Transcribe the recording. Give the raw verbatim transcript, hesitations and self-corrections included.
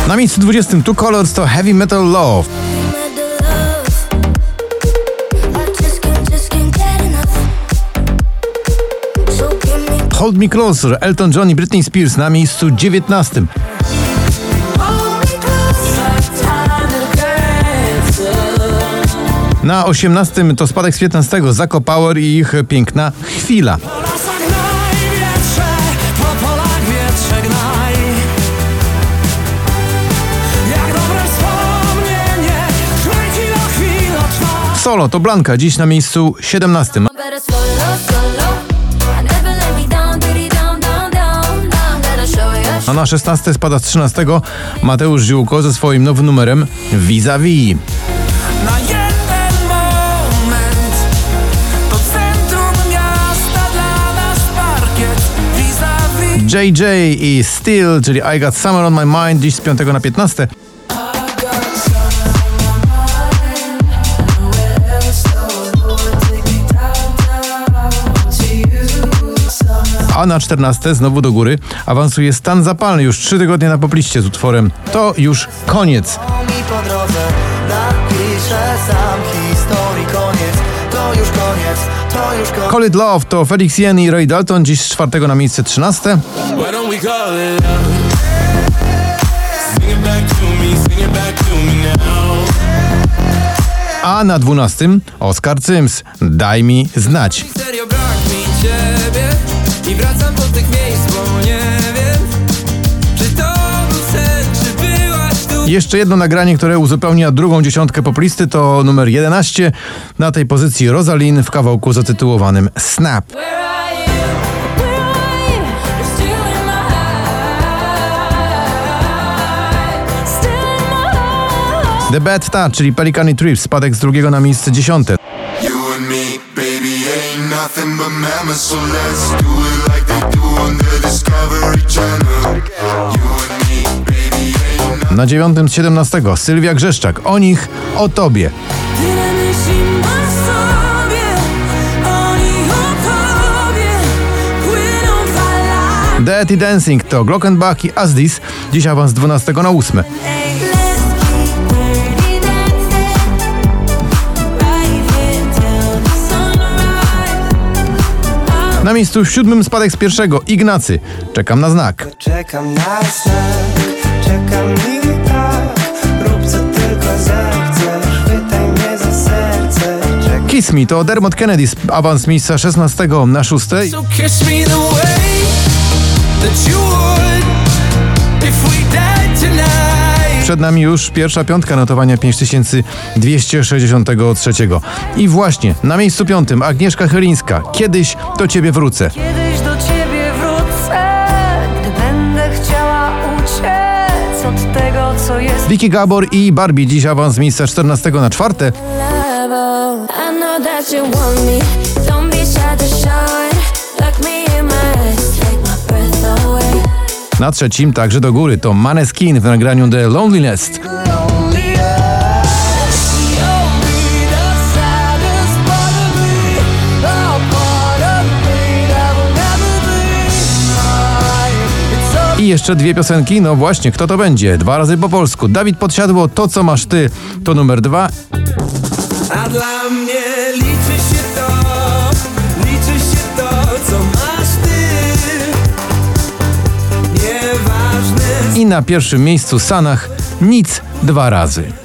Na miejscu dwudziestym Two Colors to Heavy Metal Love. Hold Me Closer, Elton John i Britney Spears na miejscu dziewiętnastym. Na osiemnastym to spadek z piętnastego Zako Power i ich Piękna Chwila. Solo to Blanka, dziś na miejscu siedemnastym. A na szesnaste spada z trzynastego Mateusz Ziółko ze swoim nowym numerem Vis-a-vis. Na jeden moment to centrum miasta dla nas parkiet. Vis-a-vis. J J i Still, czyli I Got Summer on My Mind, dziś z piątego na piętnaste. A na czternaste znowu do góry awansuje Stan Zapalny, już trzy tygodnie na popliście z utworem To już koniec. Call It Love to Felix Jen i Ray Dalton, dziś z czwartego na miejsce trzynaste. A na dwunastym Oskar Cyms, Daj mi znać. I wracam do tych miejsc, bo nie wiem, czy to był sen, czy byłaś tu. Jeszcze jedno nagranie, które uzupełnia drugą dziesiątkę poplisty, to numer jedenaście. Na tej pozycji Rosalyn w kawałku zatytułowanym Snap. The Bad Touch, czyli Pelican Trip, spadek z drugiego na miejsce dziesiąte. Na dziewiątym z siedemnastego Sylwia Grzeszczak, O nich, o tobie. Dirty Dancing to Glockenbach i As This, dziś awans z dwunastego na ósme. Na miejscu siódmym spadek z pierwszego Ignacy, Czekam na znak. Czekam na znak, czekam i tak, rób co tylko zechcesz, chwytaj mnie za serce. Czekam. Kiss Me to Dermot Kennedy, awans z miejsca szesnastego na szóste. So kiss me the way that you would if we died tonight. Przed nami już pierwsza piątka notowania pięć tysięcy dwieście sześćdziesiątego trzeciego. I właśnie na miejscu piątym Agnieszka Chylińska, Kiedyś do ciebie wrócę. Kiedyś do ciebie wrócę, gdy będę chciała uciec od tego, co jest. Vicky Gabor i Barbie, dziś awans z miejsca czternastego na czwarte. Na trzecim także do góry to Maneskin w nagraniu The Loneliness. I jeszcze dwie piosenki, no właśnie, kto to będzie? Dwa razy po polsku. Dawid Podsiadło, To co masz ty, to numer dwa. A dla mnie liczy się to, liczy się to, co masz ty. Nieważne. I na pierwszym miejscu Sanach, Nic dwa razy.